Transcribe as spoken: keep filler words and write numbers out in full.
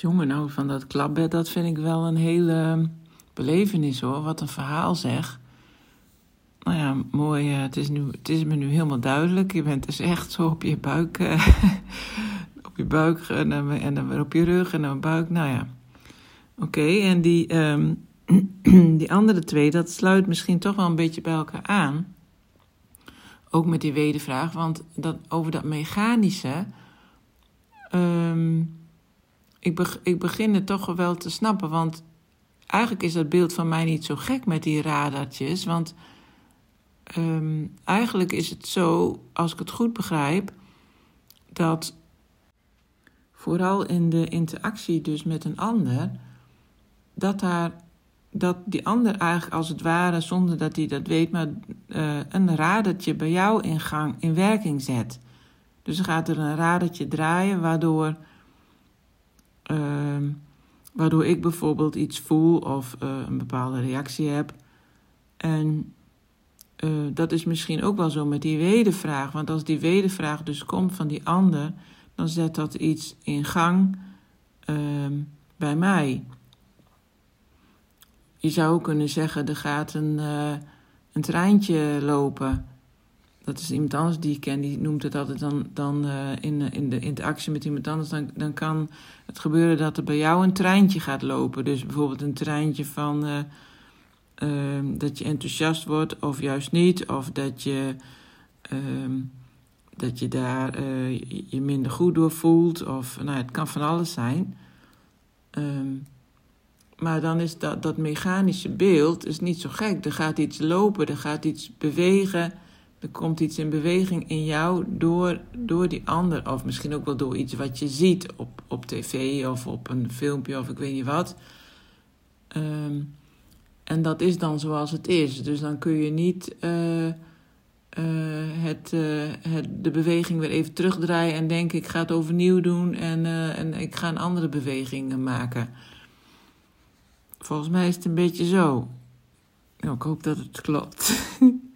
Jongen, nou, van dat klapbed, dat vind ik wel een hele belevenis, hoor. Wat een verhaal, zeg. Nou ja, mooi. Uh, het, is nu, het is me nu helemaal duidelijk. Je bent dus echt zo op je buik, uh, op je buik en dan, en dan weer op je rug en dan buik. Nou ja, oké. Okay, en die, um, die andere twee, dat sluit misschien toch wel een beetje bij elkaar aan. Ook met die wedervraag, want dat, over dat mechanische... Um, ik, be, ik begin het toch wel te snappen, want eigenlijk is dat beeld van mij niet zo gek met die radartjes, want um, eigenlijk is het zo, als ik het goed begrijp, dat vooral in de interactie dus met een ander, dat daar dat die ander eigenlijk als het ware, zonder dat hij dat weet, maar uh, een radertje bij jou in gang, in werking zet. Dus er gaat er een radertje draaien, waardoor, uh, waardoor ik bijvoorbeeld iets voel of uh, een bepaalde reactie heb. En uh, dat is misschien ook wel zo met die wedervraag. Want als die wedervraag dus komt van die ander, dan zet dat iets in gang uh, bij mij. Je zou ook kunnen zeggen, er gaat een, uh, een treintje lopen. Dat is iemand anders die ik ken, die noemt het altijd dan, dan uh, in, in de interactie met iemand anders. Dan, dan kan het gebeuren dat er bij jou een treintje gaat lopen. Dus bijvoorbeeld een treintje van uh, uh, dat je enthousiast wordt of juist niet. Of dat je, uh, dat je daar uh, je minder goed door voelt. Of nou, het kan van alles zijn. Um, Maar dan is dat, dat mechanische beeld is niet zo gek. Er gaat iets lopen, er gaat iets bewegen. Er komt iets in beweging in jou door, door die ander. Of misschien ook wel door iets wat je ziet op, op tv of op een filmpje of ik weet niet wat. Um, en dat is dan zoals het is. Dus dan kun je niet uh, uh, het, uh, het, de beweging weer even terugdraaien en denken ik ga het overnieuw doen en, uh, en ik ga een andere beweging maken. Volgens mij is het een beetje zo. Nou, ik hoop dat het klopt.